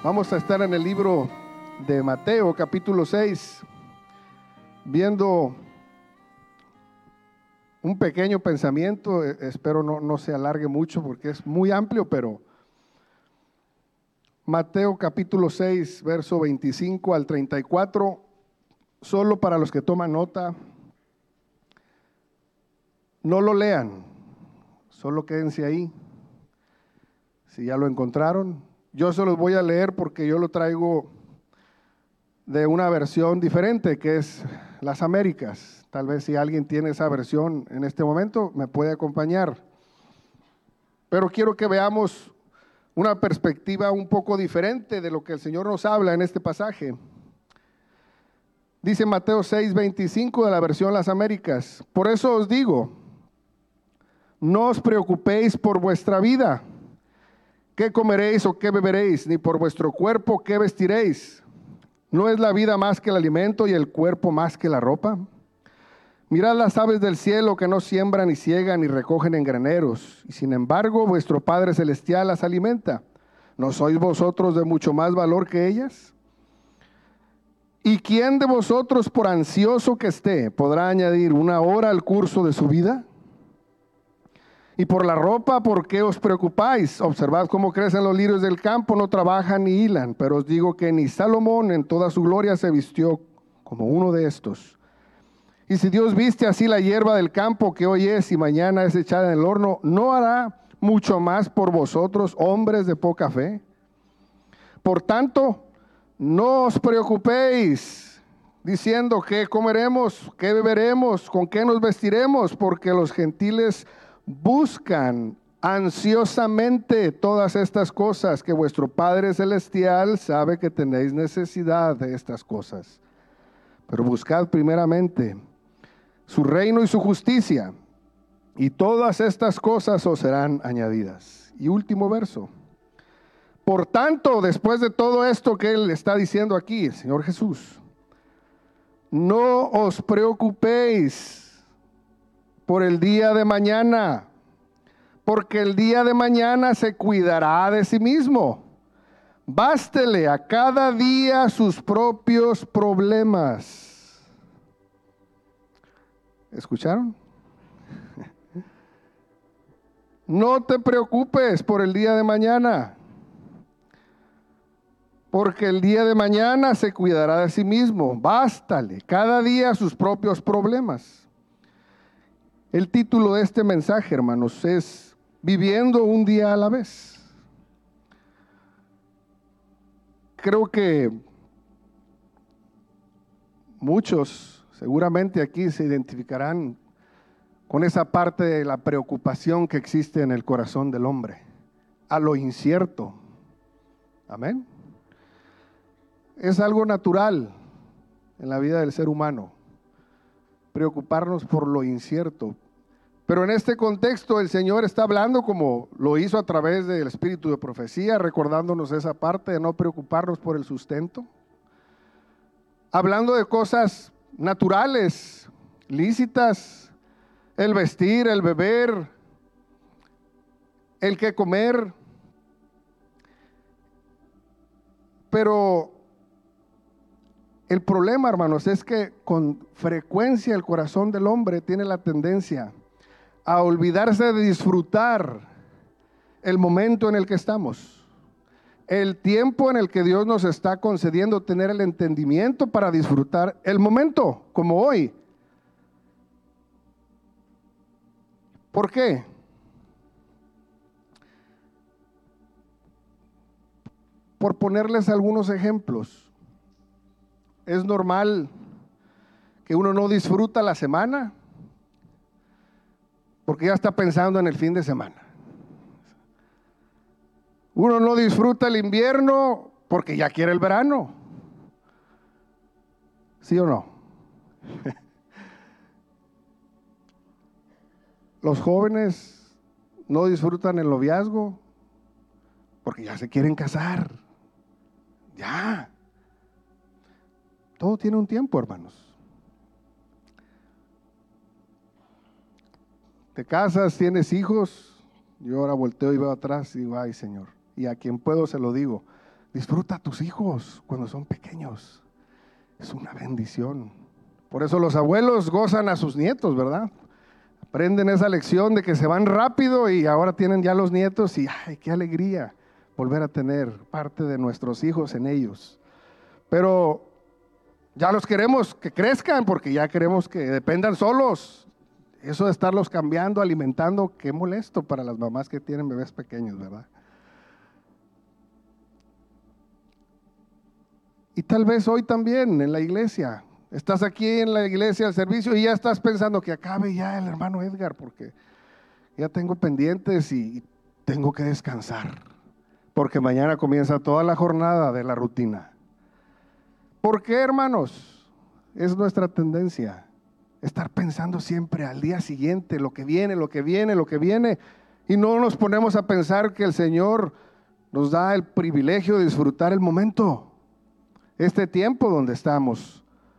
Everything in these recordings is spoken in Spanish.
Vamos a estar en el libro de Mateo, capítulo 6, viendo un pequeño pensamiento. Espero no se alargue mucho porque es muy amplio, pero Mateo capítulo 6, verso 25 al 34, solo para los que toman nota, no lo lean, solo quédense ahí. Si ya lo encontraron, yo se los voy a leer porque yo lo traigo de una versión diferente, que es Las Américas. Tal vez si alguien tiene esa versión en este momento, me puede acompañar. Pero quiero que veamos una perspectiva un poco diferente de lo que el Señor nos habla en este pasaje. Dice Mateo 6:25 de la versión Las Américas: por eso os digo, no os preocupéis por vuestra vida, qué comeréis o qué beberéis, ni por vuestro cuerpo, qué vestiréis. ¿No es la vida más que el alimento y el cuerpo más que la ropa? Mirad las aves del cielo, que no siembran ni ciegan ni recogen en graneros, y sin embargo vuestro Padre Celestial las alimenta. ¿No sois vosotros de mucho más valor que ellas? ¿Y quién de vosotros, por ansioso que esté, podrá añadir una hora al curso de su vida? Y por la ropa, ¿por qué os preocupáis? Observad cómo crecen los lirios del campo, no trabajan ni hilan, pero os digo que ni Salomón en toda su gloria se vistió como uno de estos. Y si Dios viste así la hierba del campo, que hoy es y mañana es echada en el horno, ¿no hará mucho más por vosotros, hombres de poca fe? Por tanto, no os preocupéis, diciendo qué comeremos, qué beberemos, con qué nos vestiremos, porque los gentiles buscan ansiosamente todas estas cosas, que vuestro Padre Celestial sabe que tenéis necesidad de estas cosas. Pero buscad primeramente su reino y su justicia, y todas estas cosas os serán añadidas. Y último verso. Por tanto, después de todo esto que Él está diciendo aquí, el Señor Jesús, no os preocupéis por el día de mañana, porque el día de mañana se cuidará de sí mismo. Bástele a cada día sus propios problemas. ¿Escucharon? No te preocupes por el día de mañana, porque el día de mañana se cuidará de sí mismo. Bástale cada día sus propios problemas. El título de este mensaje, hermanos, es Viviendo un día a la vez. Creo que muchos seguramente aquí se identificarán con esa parte de la preocupación que existe en el corazón del hombre, a lo incierto. Amén. Es algo natural en la vida del ser humano, preocuparnos por lo incierto. Pero en este contexto el Señor está hablando, como lo hizo a través del espíritu de profecía, recordándonos esa parte de no preocuparnos por el sustento. Hablando de cosas naturales, lícitas, el vestir, el beber, el qué comer. Pero el problema, hermanos, es que con frecuencia el corazón del hombre tiene la tendencia a olvidarse de disfrutar el momento en el que estamos, el tiempo en el que Dios nos está concediendo tener el entendimiento para disfrutar el momento, como hoy. ¿Por qué? Por ponerles algunos ejemplos. Es normal que uno no disfruta la semana porque ya está pensando en el fin de semana. Uno no disfruta el invierno porque ya quiere el verano. ¿Sí o no? Los jóvenes no disfrutan el noviazgo porque ya se quieren casar. Ya. Todo tiene un tiempo, hermanos. Te casas, tienes hijos. Yo ahora volteo y veo atrás y digo, ay, Señor. Y a quien puedo se lo digo. Disfruta a tus hijos cuando son pequeños. Es una bendición. Por eso los abuelos gozan a sus nietos, ¿verdad? Aprenden esa lección de que se van rápido y ahora tienen ya los nietos y ¡ay, qué alegría volver a tener parte de nuestros hijos en ellos! Pero ya los queremos que crezcan porque ya queremos que dependan solos. Eso de estarlos cambiando, alimentando, qué molesto para las mamás que tienen bebés pequeños, ¿verdad? Y tal vez hoy también en la iglesia, estás aquí en la iglesia al servicio y ya estás pensando que acabe ya el hermano Edgar porque ya tengo pendientes y tengo que descansar, porque mañana comienza toda la jornada de la rutina. ¿Por qué, hermanos? Es nuestra tendencia estar pensando siempre al día siguiente, lo que viene, lo que viene, lo que viene, y no nos ponemos a pensar que el Señor nos da el privilegio de disfrutar el momento, este tiempo donde estamos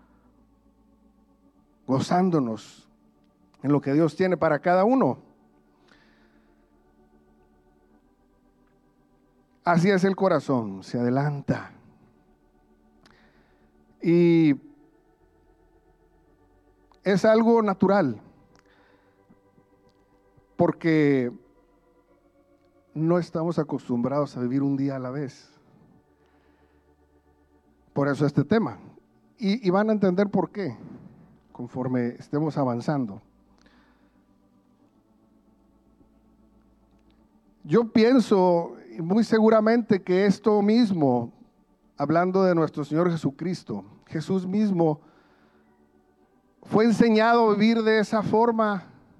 gozándonos en lo que Dios tiene para cada uno. Así es el corazón, se adelanta. Y es algo natural, porque no estamos acostumbrados a vivir un día a la vez. Por eso este tema. Y van a entender por qué, conforme estemos avanzando. Yo pienso muy seguramente que esto mismo, hablando de nuestro Señor Jesucristo, Jesús mismo fue enseñado a vivir de esa forma,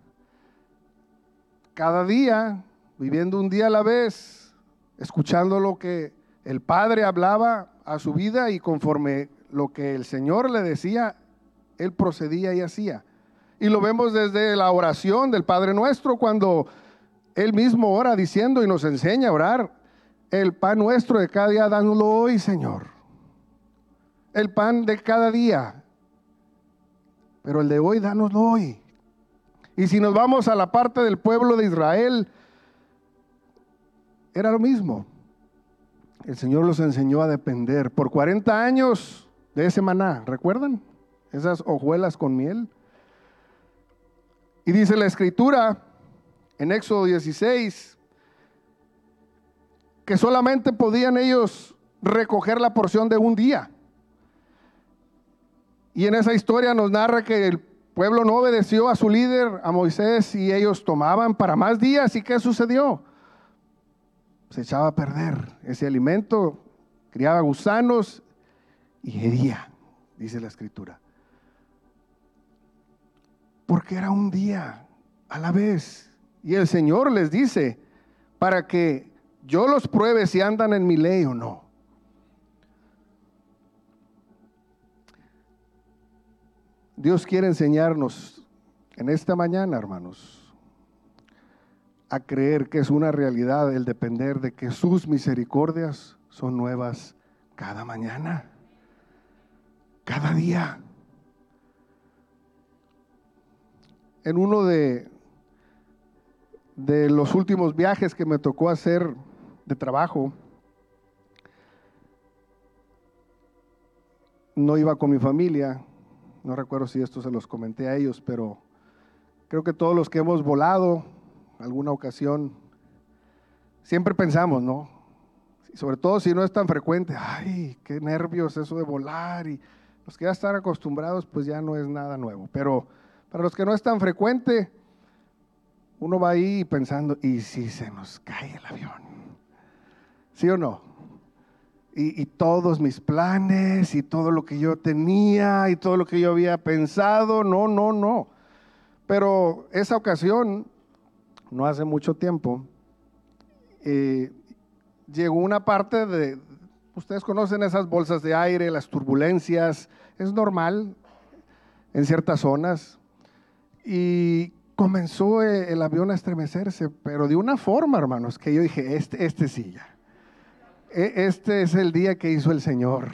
cada día, viviendo un día a la vez, escuchando lo que el Padre hablaba a su vida y conforme lo que el Señor le decía, Él procedía y hacía. Y lo vemos desde la oración del Padre Nuestro, cuando Él mismo ora diciendo y nos enseña a orar: el pan nuestro de cada día, dánoslo hoy, Señor. El pan de cada día, pero el de hoy, dánoslo hoy. Y si nos vamos a la parte del pueblo de Israel, era lo mismo. El Señor los enseñó a depender por 40 años de ese maná, ¿recuerdan? Esas hojuelas con miel. Y dice la Escritura en Éxodo 16 que solamente podían ellos recoger la porción de un día. Y en esa historia nos narra que el pueblo no obedeció a su líder, a Moisés, y ellos tomaban para más días. ¿Y qué sucedió? Se echaba a perder ese alimento, criaba gusanos y hería, dice la Escritura. Porque era un día a la vez. Y el Señor les dice, para que yo los pruebe si andan en mi ley o no. Dios quiere enseñarnos en esta mañana, hermanos, a creer que es una realidad el depender de que sus misericordias son nuevas cada mañana, cada día. En uno de los últimos viajes que me tocó hacer de trabajo, no iba con mi familia, no recuerdo si esto se los comenté a ellos, pero creo que todos los que hemos volado alguna ocasión, siempre pensamos, ¿no? Y sobre todo si no es tan frecuente, ay, qué nervios eso de volar, y los que ya están acostumbrados, pues ya no es nada nuevo, pero para los que no es tan frecuente, uno va ahí pensando, ¿y si se nos cae el avión? ¿Sí o no? Y todos mis planes, y todo lo que yo tenía, y todo lo que yo había pensado, no. Pero esa ocasión, no hace mucho tiempo, llegó una parte de, ustedes conocen esas bolsas de aire, las turbulencias, es normal en ciertas zonas, y comenzó el avión a estremecerse, pero de una forma, hermanos, que yo dije, este sí ya. Este es el día que hizo el Señor.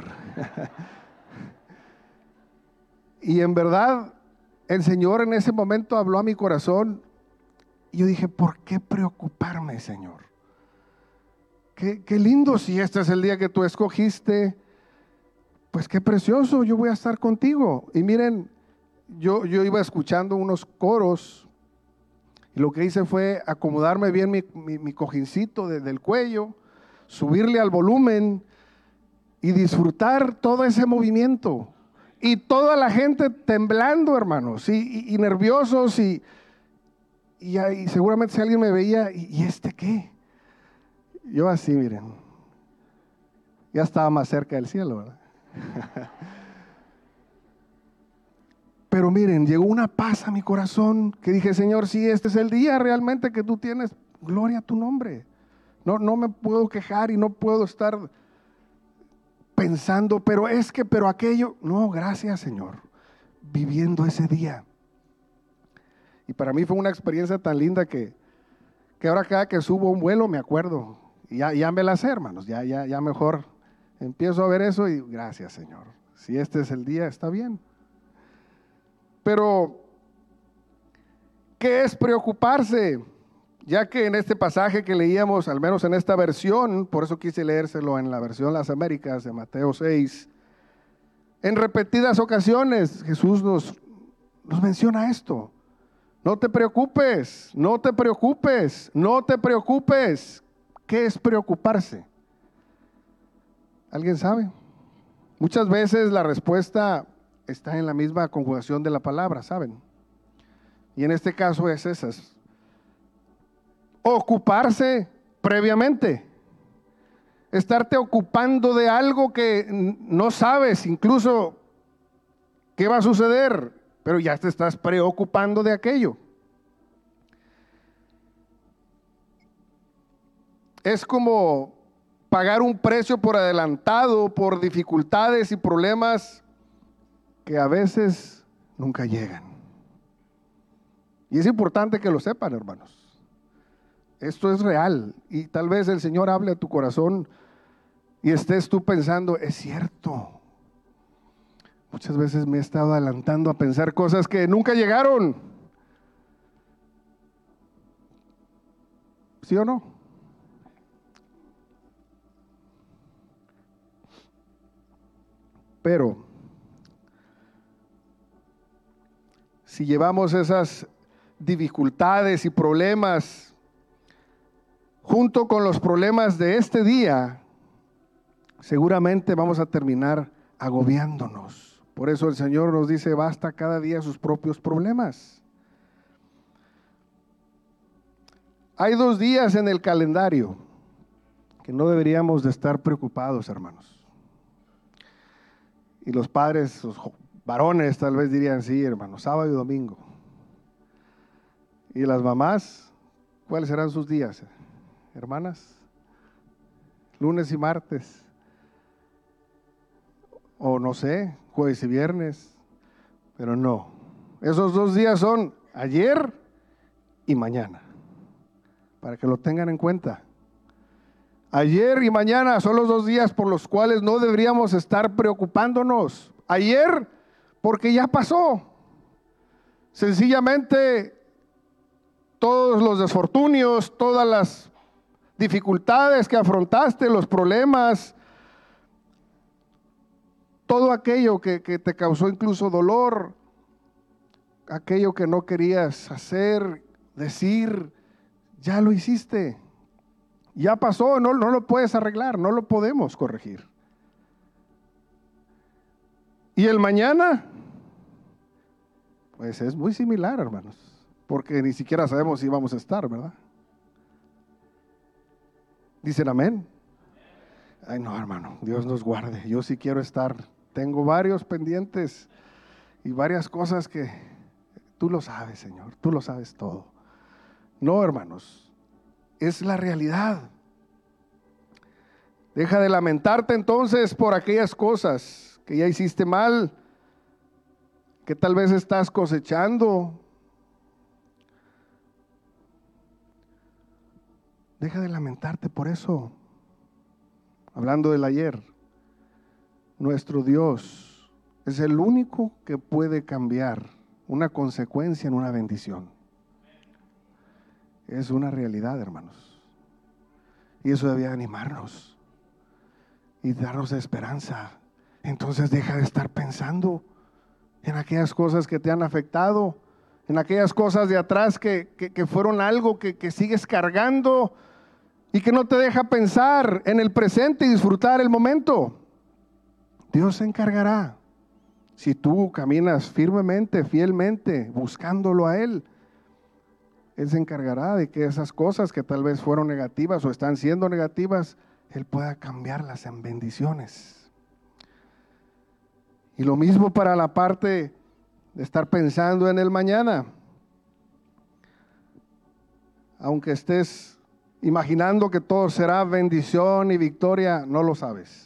Y en verdad, el Señor en ese momento habló a mi corazón. Y yo dije, ¿por qué preocuparme, Señor? qué lindo si este es el día que tú escogiste. Pues qué precioso, yo voy a estar contigo. Y miren, yo iba escuchando unos coros y lo que hice fue acomodarme bien mi cojincito del cuello, subirle al volumen y disfrutar todo ese movimiento. Y toda la gente temblando, hermanos, y nerviosos y seguramente si alguien me veía, ¿y este qué? Yo así, miren, ya estaba más cerca del cielo, ¿verdad? Pero miren, llegó una paz a mi corazón que dije, Señor, si este es el día realmente que tú tienes, gloria a tu nombre. No me puedo quejar y no puedo estar pensando, pero aquello. No, gracias, Señor, viviendo ese día. Y para mí fue una experiencia tan linda que ahora cada que subo un vuelo me acuerdo. Y ya me la sé, hermanos, ya mejor empiezo a ver eso y gracias, Señor. Si este es el día, está bien. Pero, ¿qué es preocuparse? Ya que en este pasaje que leíamos, al menos en esta versión, por eso quise leérselo en la versión Las Américas de Mateo 6, en repetidas ocasiones Jesús nos menciona esto. No te preocupes, no te preocupes, no te preocupes. ¿Qué es preocuparse? ¿Alguien sabe? Muchas veces la respuesta está en la misma conjugación de la palabra, ¿saben? Y en este caso es esas. Ocuparse previamente. Estarte ocupando de algo que no sabes incluso qué va a suceder, pero ya te estás preocupando de aquello. Es como pagar un precio por adelantado, por dificultades y problemas que a veces nunca llegan. Y es importante que lo sepan, hermanos. Esto es real y tal vez el Señor hable a tu corazón y estés tú pensando, es cierto. Muchas veces me he estado adelantando a pensar cosas que nunca llegaron. ¿Sí o no? Pero si llevamos esas dificultades y problemas junto con los problemas de este día, seguramente vamos a terminar agobiándonos. Por eso el Señor nos dice, basta cada día sus propios problemas. Hay 2 días en el calendario que no deberíamos de estar preocupados, hermanos. Y los padres, los varones tal vez dirían, sí, hermanos, sábado y domingo. Y las mamás, ¿cuáles serán sus días, hermanas? Lunes y martes. O no sé, jueves y viernes. Pero no. Esos 2 días son ayer y mañana. Para que lo tengan en cuenta. Ayer y mañana son los 2 días por los cuales no deberíamos estar preocupándonos. Ayer, porque ya pasó. Sencillamente, todos los desfortunios, todas las dificultades que afrontaste, los problemas, todo aquello que te causó incluso dolor, aquello que no querías hacer, decir, ya lo hiciste. Ya pasó, no lo puedes arreglar, no lo podemos corregir. Y el mañana, pues es muy similar, hermanos, porque ni siquiera sabemos si vamos a estar, ¿verdad? ¿Dicen amén? Ay, no, hermano, Dios nos guarde. Yo sí quiero estar. Tengo varios pendientes y varias cosas que tú lo sabes, Señor, tú lo sabes todo. No, hermanos. Es la realidad. Deja de lamentarte entonces por aquellas cosas que ya hiciste mal, que tal vez estás cosechando. Deja de lamentarte por eso. Hablando del ayer, nuestro Dios es el único que puede cambiar una consecuencia en una bendición. Es una realidad, hermanos. Y eso debía animarnos y darnos esperanza. Entonces deja de estar pensando en aquellas cosas que te han afectado, en aquellas cosas de atrás que fueron algo que sigues cargando y que no te deja pensar en el presente y disfrutar el momento. Dios se encargará. Si tú caminas firmemente, fielmente, buscándolo a Él, Él se encargará de que esas cosas que tal vez fueron negativas o están siendo negativas, Él pueda cambiarlas en bendiciones. Y lo mismo para la parte de estar pensando en el mañana. Aunque estés imaginando que todo será bendición y victoria, no lo sabes.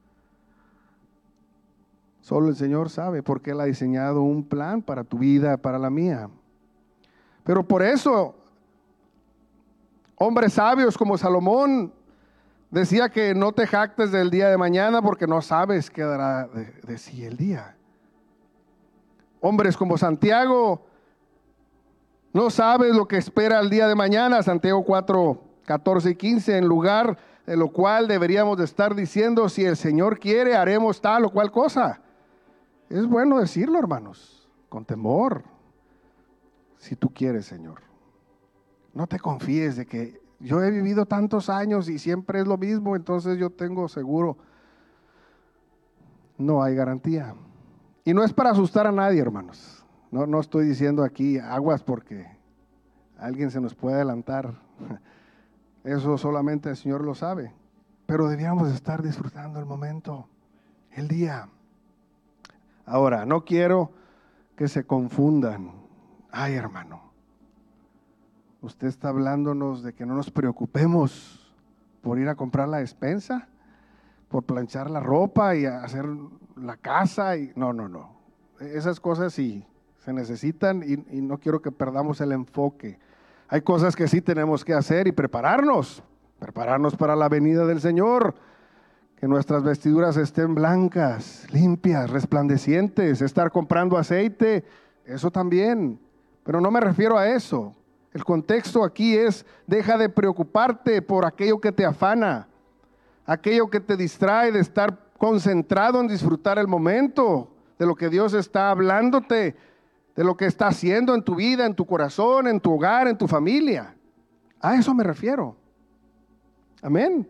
Solo el Señor sabe, porque Él ha diseñado un plan para tu vida, para la mía. Pero por eso, hombres sabios como Salomón decía que no te jactes del día de mañana porque no sabes qué dará de sí el día. Hombres como Santiago, no sabes lo que espera el día de mañana. Santiago 4, 14 y 15, en lugar de lo cual deberíamos de estar diciendo, si el Señor quiere, haremos tal o cual cosa. Es bueno decirlo, hermanos, con temor. Si tú quieres, Señor. No te confíes de que yo he vivido tantos años y siempre es lo mismo, entonces yo tengo seguro. No hay garantía. Y no es para asustar a nadie, hermanos. No estoy diciendo aquí aguas porque alguien se nos puede adelantar. Eso solamente el Señor lo sabe. Pero debíamos estar disfrutando el momento, el día. Ahora, no quiero que se confundan. Ay, hermano, usted está hablándonos de que no nos preocupemos por ir a comprar la despensa, por planchar la ropa y hacer la casa. No. Esas cosas sí se necesitan y no quiero que perdamos el enfoque. Hay cosas que sí tenemos que hacer y prepararnos para la venida del Señor. Que nuestras vestiduras estén blancas, limpias, resplandecientes, estar comprando aceite, eso también. Pero no me refiero a eso. El contexto aquí es, deja de preocuparte por aquello que te afana, aquello que te distrae de estar concentrado en disfrutar el momento, de lo que Dios está hablándote, de lo que está haciendo en tu vida, en tu corazón, en tu hogar, en tu familia. A eso me refiero. Amén.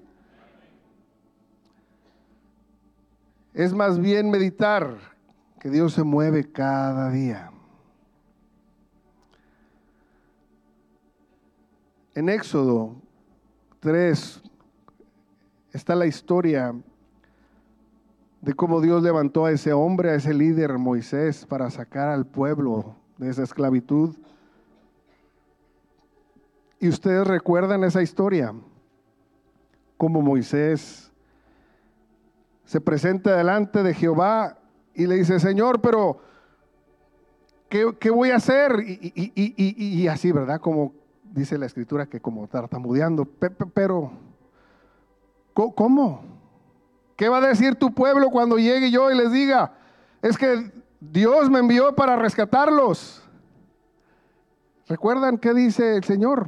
Es más bien meditar que Dios se mueve cada día. En Éxodo 3 está la historia de cómo Dios levantó a ese hombre, a ese líder Moisés, para sacar al pueblo de esa esclavitud. Y ustedes recuerdan esa historia, cómo Moisés se presenta delante de Jehová y le dice, Señor, pero ¿qué voy a hacer? Y así, ¿verdad? Como dice la Escritura, que como tartamudeando, pero ¿cómo? ¿Qué va a decir tu pueblo cuando llegue yo y les diga, es que Dios me envió para rescatarlos? ¿Recuerdan qué dice el Señor?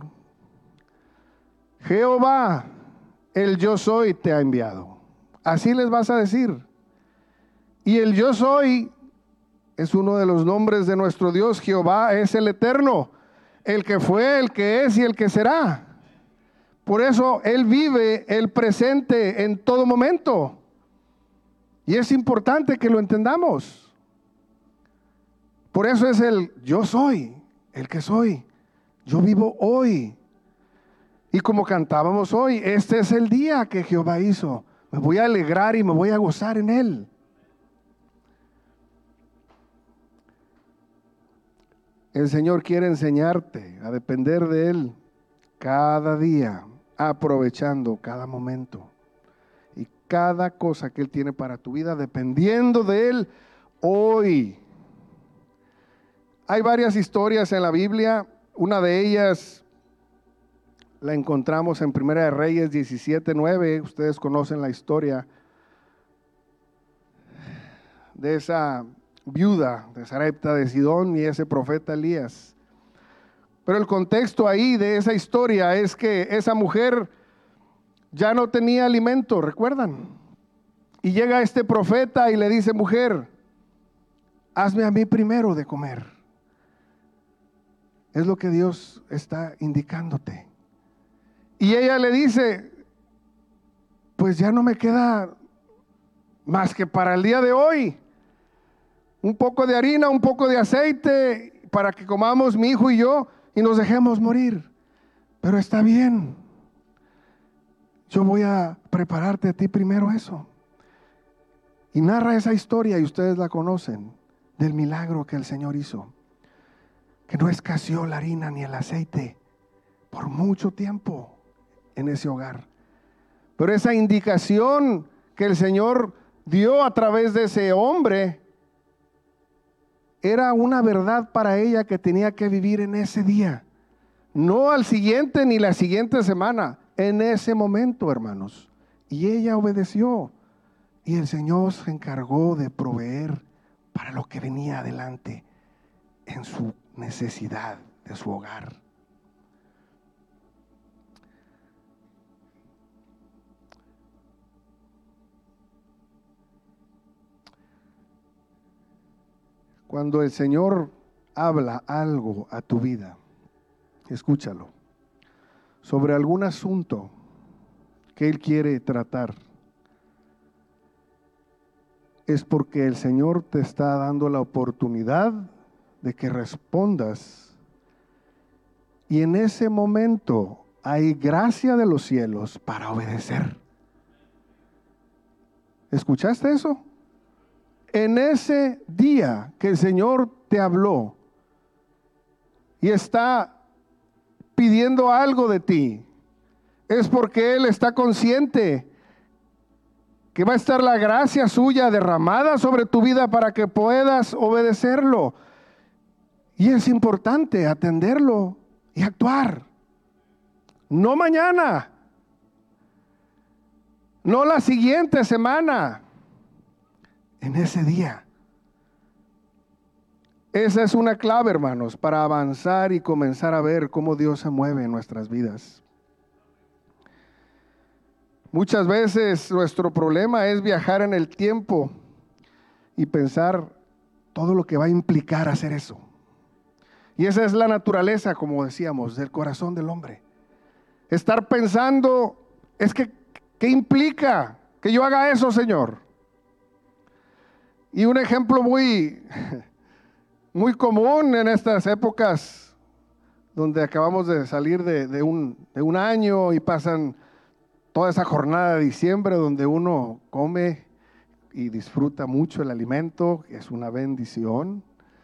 Jehová, el yo soy, te ha enviado. Así les vas a decir. Y el yo soy es uno de los nombres de nuestro Dios. Jehová es el eterno, el que fue, el que es y el que será. Por eso Él vive el presente en todo momento. Y es importante que lo entendamos. Por eso es el yo soy, el que soy. Yo vivo hoy. Y como cantábamos hoy, este es el día que Jehová hizo. Me voy a alegrar y me voy a gozar en Él. El Señor quiere enseñarte a depender de Él cada día, aprovechando cada momento y cada cosa que Él tiene para tu vida, dependiendo de Él hoy. Hay varias historias en la Biblia. Una de ellas la encontramos en Primera de Reyes 17:9. Ustedes conocen la historia de esa viuda de Sarepta de Sidón y ese profeta Elías. Pero el contexto ahí de esa historia es que esa mujer ya no tenía alimento, ¿recuerdan? Y llega este profeta y le dice: mujer, hazme a mí primero de comer. Es lo que Dios está indicándote. Y ella le dice: pues ya no me queda más que para el día de hoy un poco de harina, un poco de aceite, para que comamos mi hijo y yo y nos dejemos morir. Pero está bien, yo voy a prepararte a ti primero eso. Y narra esa historia, y ustedes la conocen, del milagro que el Señor hizo, que no escaseó la harina ni el aceite por mucho tiempo en ese hogar. Pero esa indicación que el Señor dio a través de ese hombre era una verdad para ella que tenía que vivir en ese día, no al siguiente ni la siguiente semana, en ese momento, hermanos. Y ella obedeció, y el Señor se encargó de proveer para lo que venía adelante en su necesidad de su hogar. Cuando el Señor habla algo a tu vida, escúchalo, sobre algún asunto que Él quiere tratar, es porque el Señor te está dando la oportunidad de que respondas. Y en ese momento hay gracia de los cielos para obedecer. ¿Escuchaste eso? En ese día que el Señor te habló y está pidiendo algo de ti, es porque Él está consciente que va a estar la gracia suya derramada sobre tu vida para que puedas obedecerlo. Y es importante atenderlo y actuar. No mañana, no la siguiente semana, en ese día. Esa es una clave, hermanos, para avanzar y comenzar a ver cómo Dios se mueve en nuestras vidas. Muchas veces nuestro problema es viajar en el tiempo y pensar todo lo que va a implicar hacer eso. Y esa es la naturaleza, como decíamos, del corazón del hombre. Estar pensando, es que, ¿qué implica que yo haga eso, Señor? Y un ejemplo muy común en estas épocas, donde acabamos de salir de un año y pasan toda esa jornada de diciembre donde uno come y disfruta mucho el alimento, que es una bendición,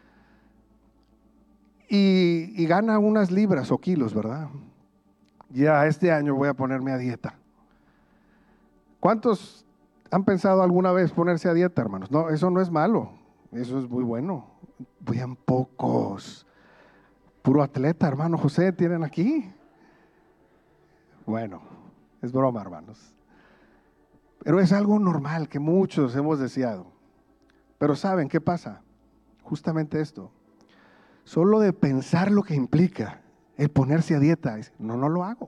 y gana unas libras o kilos, ¿verdad? Ya este año voy a ponerme a dieta. ¿Cuántos han pensado alguna vez ponerse a dieta, hermanos? No, eso no es malo, eso es muy bueno. Bien pocos. Puro atleta, hermano José, tienen aquí. Bueno, es broma, hermanos. Pero es algo normal que muchos hemos deseado. Pero ¿saben qué pasa? Justamente esto. Solo de pensar lo que implica el ponerse a dieta, no lo hago.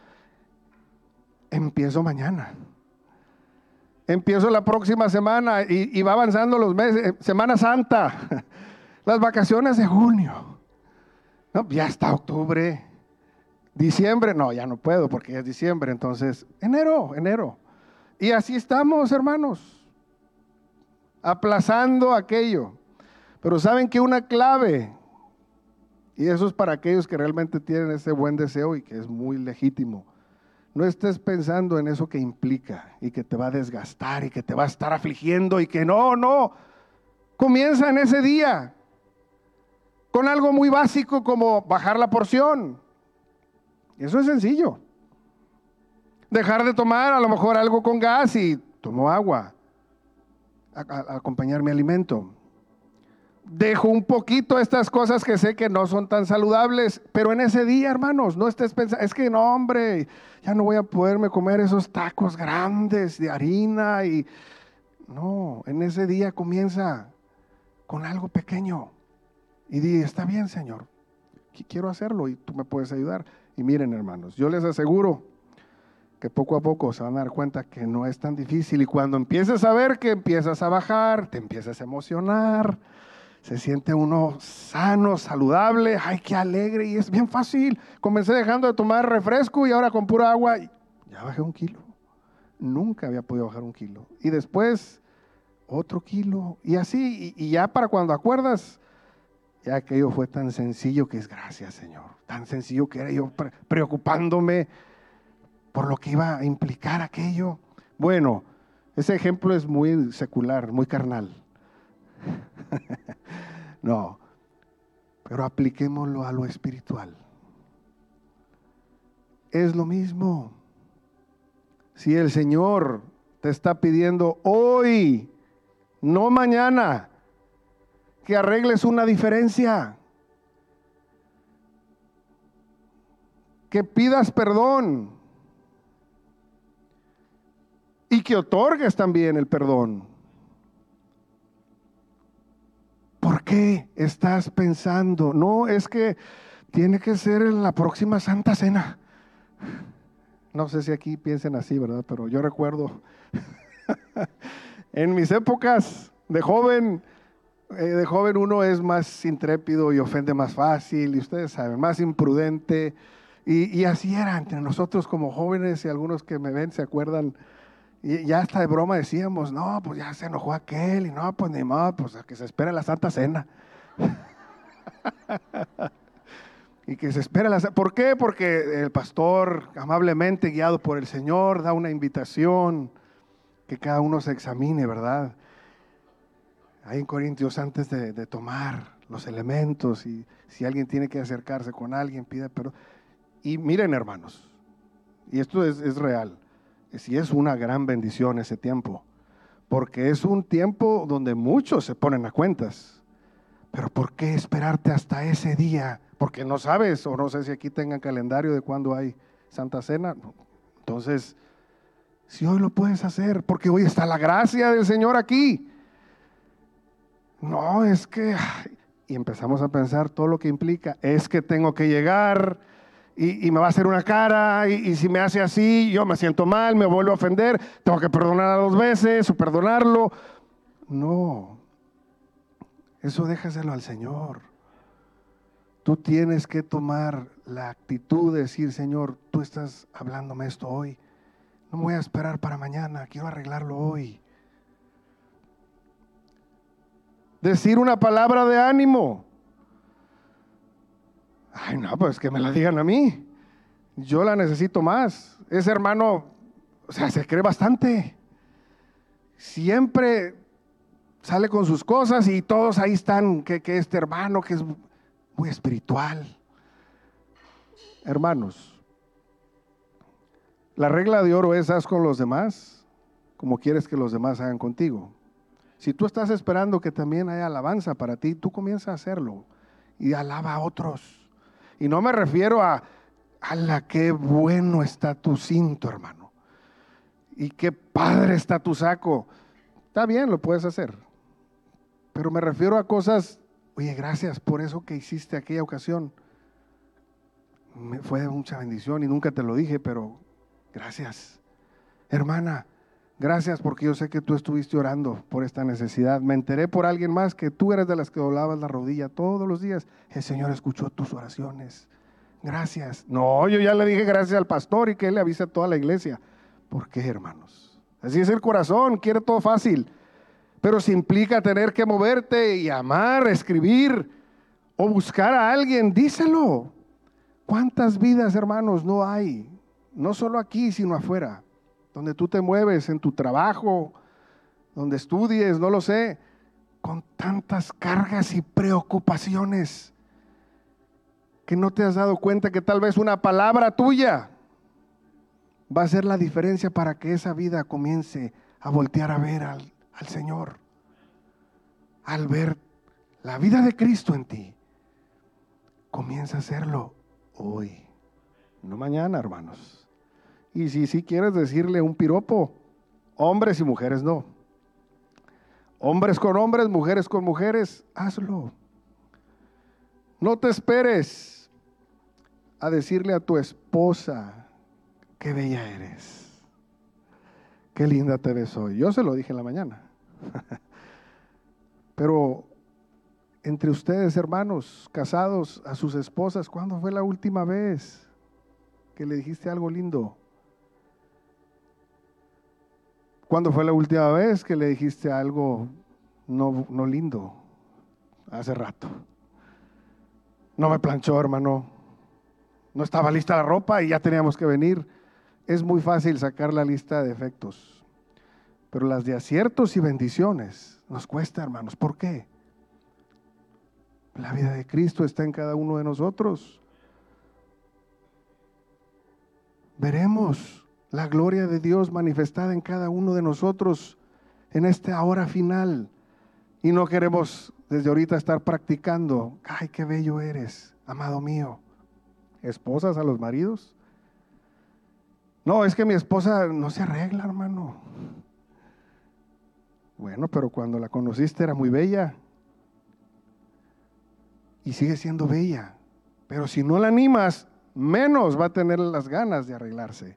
Empiezo mañana. Empiezo la próxima semana y va avanzando los meses. Semana Santa, las vacaciones de junio. No, ya está octubre. Diciembre, no, ya no puedo porque ya es diciembre. Entonces, enero. Y así estamos, hermanos, aplazando aquello. Pero saben que una clave, y eso es para aquellos que realmente tienen ese buen deseo y que es muy legítimo, no estés pensando en eso que implica y que te va a desgastar y que te va a estar afligiendo y que no. Comienza en ese día con algo muy básico como bajar la porción. Eso es sencillo. Dejar de tomar a lo mejor algo con gas y tomo agua a acompañar mi alimento. Dejo un poquito estas cosas que sé que no son tan saludables, pero en ese día, hermanos, no estés pensando, es que no, hombre, ya no voy a poderme comer esos tacos grandes de harina y no, en ese día comienza con algo pequeño y di, está bien, Señor, quiero hacerlo y tú me puedes ayudar. Y miren, hermanos, yo les aseguro que poco a poco se van a dar cuenta que no es tan difícil. Y cuando empieces a ver que empiezas a bajar, te empiezas a emocionar, se siente uno sano, saludable, ay, qué alegre, y es bien fácil. Comencé dejando de tomar refresco y ahora con pura agua, ya bajé 1 kilo. Nunca había podido bajar 1 kilo. Y después, otro kilo, y así, y ya para cuando acuerdas, ya aquello fue tan sencillo que es gracias, Señor. Tan sencillo que era yo preocupándome por lo que iba a implicar aquello. Bueno, ese ejemplo es muy secular, muy carnal. No, pero apliquémoslo a lo espiritual. Es lo mismo. Si el Señor te está pidiendo hoy, no mañana, que arregles una diferencia, que pidas perdón y que otorgues también el perdón. ¿Por qué estás pensando? No, es que tiene que ser en la próxima Santa Cena. No sé si aquí piensen así, ¿verdad? Pero yo recuerdo en mis épocas de joven uno es más intrépido y ofende más fácil, y ustedes saben, más imprudente. Y así era entre nosotros como jóvenes, y algunos que me ven se acuerdan. Y ya hasta de broma decíamos, no, pues ya se enojó aquel, y no, pues ni modo, pues a que se espere la Santa Cena. Y que se espera ¿por qué? Porque el pastor, amablemente guiado por el Señor, da una invitación que cada uno se examine, ¿verdad? Ahí en Corintios, antes de tomar los elementos, y si alguien tiene que acercarse con alguien, pida perdón. Y miren, hermanos, y esto es real, sí es una gran bendición ese tiempo, porque es un tiempo donde muchos se ponen a cuentas. Pero ¿por qué esperarte hasta ese día? Porque no sabes, o no sé si aquí tengan calendario de cuándo hay Santa Cena. Entonces, si hoy lo puedes hacer, porque hoy está la gracia del Señor aquí. No, es que, y empezamos a pensar todo lo que implica, es que tengo que llegar y me va a hacer una cara, y si me hace así, yo me siento mal, me vuelvo a ofender, tengo que perdonar 2 veces o perdonarlo. No, eso déjaselo al Señor. Tú tienes que tomar la actitud de decir, Señor, tú estás hablándome esto hoy. No me voy a esperar para mañana, quiero arreglarlo hoy. Decir una palabra de ánimo. Ay, no, pues que me la digan a mí. Yo la necesito más. Ese hermano, o sea, se cree bastante. Siempre sale con sus cosas y todos ahí están, que este hermano que es muy espiritual. Hermanos, la regla de oro es: haz con los demás como quieres que los demás hagan contigo. Si tú estás esperando que también haya alabanza para ti, tú comienza a hacerlo y alaba a otros. Y no me refiero a la qué bueno está tu cinto, hermano, y qué padre está tu saco. Está bien, lo puedes hacer, pero me refiero a cosas, oye, gracias por eso que hiciste aquella ocasión. Me fue de mucha bendición y nunca te lo dije, pero gracias. Hermana, gracias porque yo sé que tú estuviste orando por esta necesidad. Me enteré por alguien más que tú eres de las que doblabas la rodilla todos los días. El Señor escuchó tus oraciones. Gracias. No, yo ya le dije gracias al pastor y que él le avise a toda la iglesia. ¿Por qué, hermanos? Así es el corazón, quiere todo fácil. Pero si implica tener que moverte y amar, escribir o buscar a alguien, díselo. ¿Cuántas vidas, hermanos, no hay? No solo aquí, sino afuera, donde tú te mueves en tu trabajo, donde estudies, no lo sé, con tantas cargas y preocupaciones que no te has dado cuenta que tal vez una palabra tuya va a hacer la diferencia para que esa vida comience a voltear a ver al Señor. Al ver la vida de Cristo en ti, comienza a hacerlo hoy, no mañana, hermanos. Y si quieres decirle un piropo, hombres y mujeres no. Hombres con hombres, mujeres con mujeres, hazlo. No te esperes a decirle a tu esposa qué bella eres, qué linda te ves hoy. Yo se lo dije en la mañana. Pero entre ustedes, hermanos, casados, a sus esposas, ¿cuándo fue la última vez que le dijiste algo lindo? ¿Cuándo fue la última vez que le dijiste algo no lindo? Hace rato. No me planchó, hermano. No estaba lista la ropa y ya teníamos que venir. Es muy fácil sacar la lista de defectos, pero las de aciertos y bendiciones nos cuesta, hermanos. ¿Por qué? La vida de Cristo está en cada uno de nosotros. Veremos la gloria de Dios manifestada en cada uno de nosotros en esta hora final. Y no queremos desde ahorita estar practicando. Ay, qué bello eres, amado mío. Esposas a los maridos. No, es que mi esposa no se arregla, hermano. Bueno, pero cuando la conociste era muy bella. Y sigue siendo bella. Pero si no la animas, menos va a tener las ganas de arreglarse.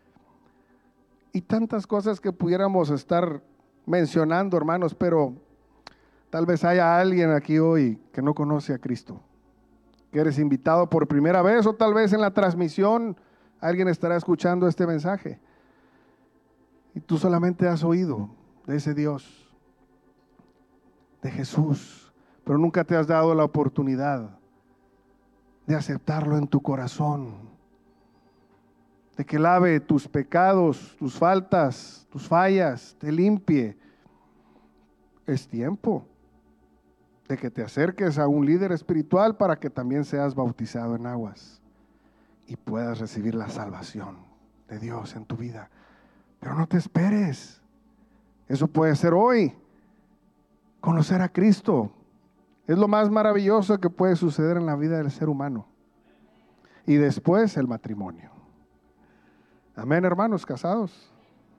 Y tantas cosas que pudiéramos estar mencionando, hermanos, pero tal vez haya alguien aquí hoy que no conoce a Cristo, que eres invitado por primera vez, o tal vez en la transmisión alguien estará escuchando este mensaje y tú solamente has oído de ese Dios, de Jesús, pero nunca te has dado la oportunidad de aceptarlo en tu corazón, de que lave tus pecados, tus faltas, tus fallas, te limpie. Es tiempo de que te acerques a un líder espiritual para que también seas bautizado en aguas y puedas recibir la salvación de Dios en tu vida. Pero no te esperes. Eso puede ser hoy. Conocer a Cristo es lo más maravilloso que puede suceder en la vida del ser humano. Y después el matrimonio. Amén, hermanos casados.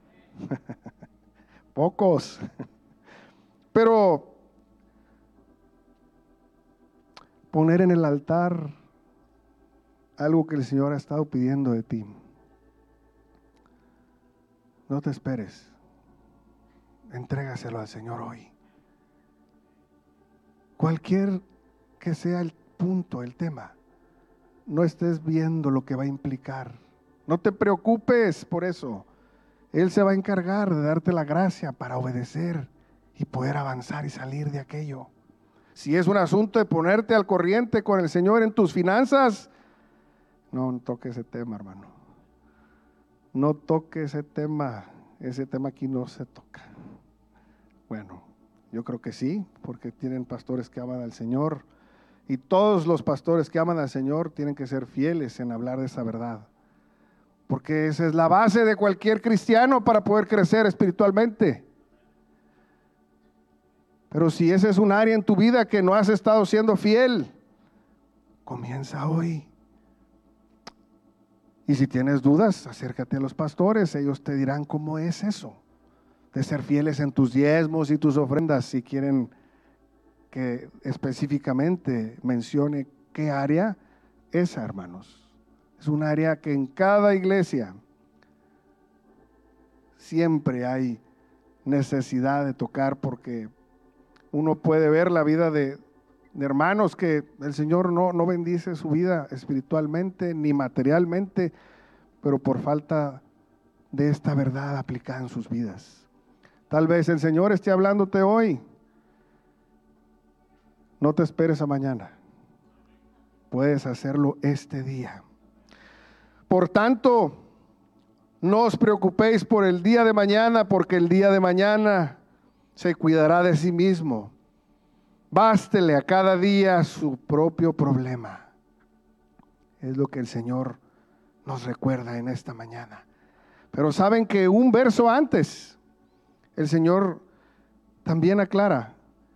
Pocos. Pero poner en el altar algo que el Señor ha estado pidiendo de ti. No te esperes. Entrégaselo al Señor hoy. Cualquier que sea el punto, el tema, no estés viendo lo que va a implicar. No te preocupes por eso. Él se va a encargar de darte la gracia para obedecer y poder avanzar y salir de aquello. Si es un asunto de ponerte al corriente con el Señor en tus finanzas, no toque ese tema, hermano. No toque ese tema aquí no se toca. Bueno, yo creo que sí, porque tienen pastores que aman al Señor, y todos los pastores que aman al Señor tienen que ser fieles en hablar de esa verdad, porque esa es la base de cualquier cristiano para poder crecer espiritualmente. Pero si ese es un área en tu vida que no has estado siendo fiel, comienza hoy. Y si tienes dudas, acércate a los pastores, ellos te dirán cómo es eso, de ser fieles en tus diezmos y tus ofrendas. Si quieren que específicamente mencione qué área, esa, hermanos, es un área que en cada iglesia siempre hay necesidad de tocar, porque uno puede ver la vida de hermanos que el Señor no bendice su vida espiritualmente ni materialmente, pero por falta de esta verdad aplicada en sus vidas. Tal vez el Señor esté hablándote hoy. No te esperes a mañana. Puedes hacerlo este día. Por tanto, no os preocupéis por el día de mañana, porque el día de mañana se cuidará de sí mismo. Bástele a cada día su propio problema. Es lo que el Señor nos recuerda en esta mañana. Pero saben que un verso antes, el Señor también aclara: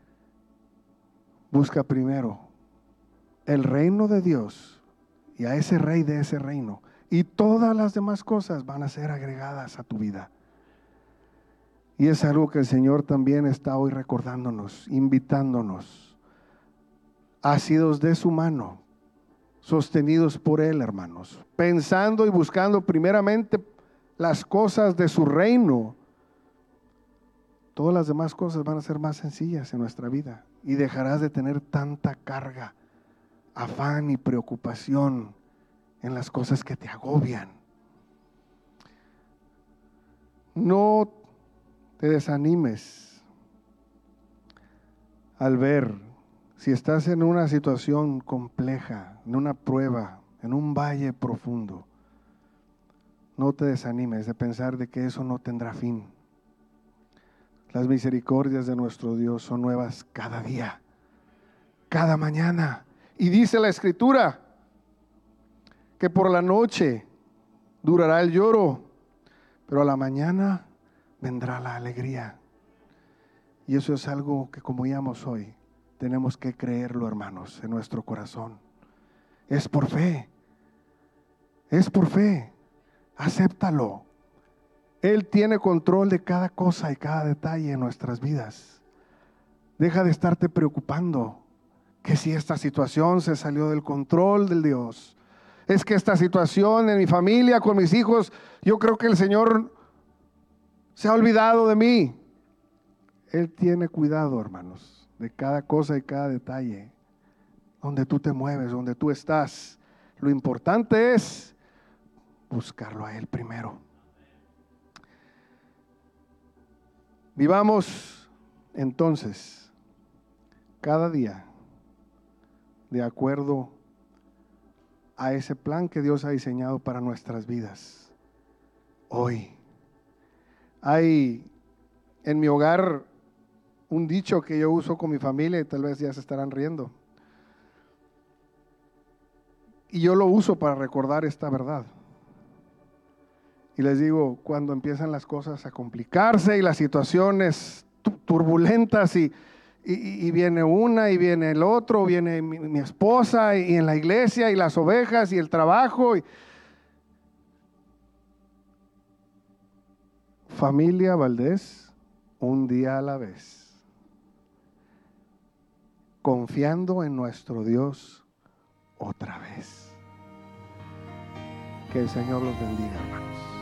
busca primero el reino de Dios y a ese rey de ese reino, y todas las demás cosas van a ser agregadas a tu vida. Y es algo que el Señor también está hoy recordándonos, invitándonos, asidos de su mano, sostenidos por Él, hermanos, pensando y buscando primeramente las cosas de su reino, todas las demás cosas van a ser más sencillas en nuestra vida y dejarás de tener tanta carga, afán y preocupación en las cosas que te agobian. No te desanimes al ver si estás en una situación compleja, en una prueba, en un valle profundo. No te desanimes de pensar de que eso no tendrá fin. Las misericordias de nuestro Dios son nuevas cada día, cada mañana. Y dice la Escritura que por la noche durará el lloro, pero a la mañana vendrá la alegría. Y eso es algo que, como oíamos hoy, tenemos que creerlo, hermanos, en nuestro corazón. Es por fe. Es por fe. Acéptalo. Él tiene control de cada cosa y cada detalle en nuestras vidas. Deja de estarte preocupando que si esta situación se salió del control del Dios. Es que esta situación en mi familia, con mis hijos, yo creo que el Señor se ha olvidado de mí. Él tiene cuidado, hermanos, de cada cosa y cada detalle. Donde tú te mueves, donde tú estás. Lo importante es buscarlo a Él primero. Vivamos entonces cada día de acuerdo a ese plan que Dios ha diseñado para nuestras vidas. Hoy hay en mi hogar un dicho que yo uso con mi familia y tal vez ya se estarán riendo. Y yo lo uso para recordar esta verdad. Y les digo, cuando empiezan las cosas a complicarse y las situaciones turbulentas y viene una y viene el otro, viene mi esposa y en la iglesia y las ovejas y el trabajo. Familia Valdés, un día a la vez, confiando en nuestro Dios otra vez. Que el Señor los bendiga, hermanos.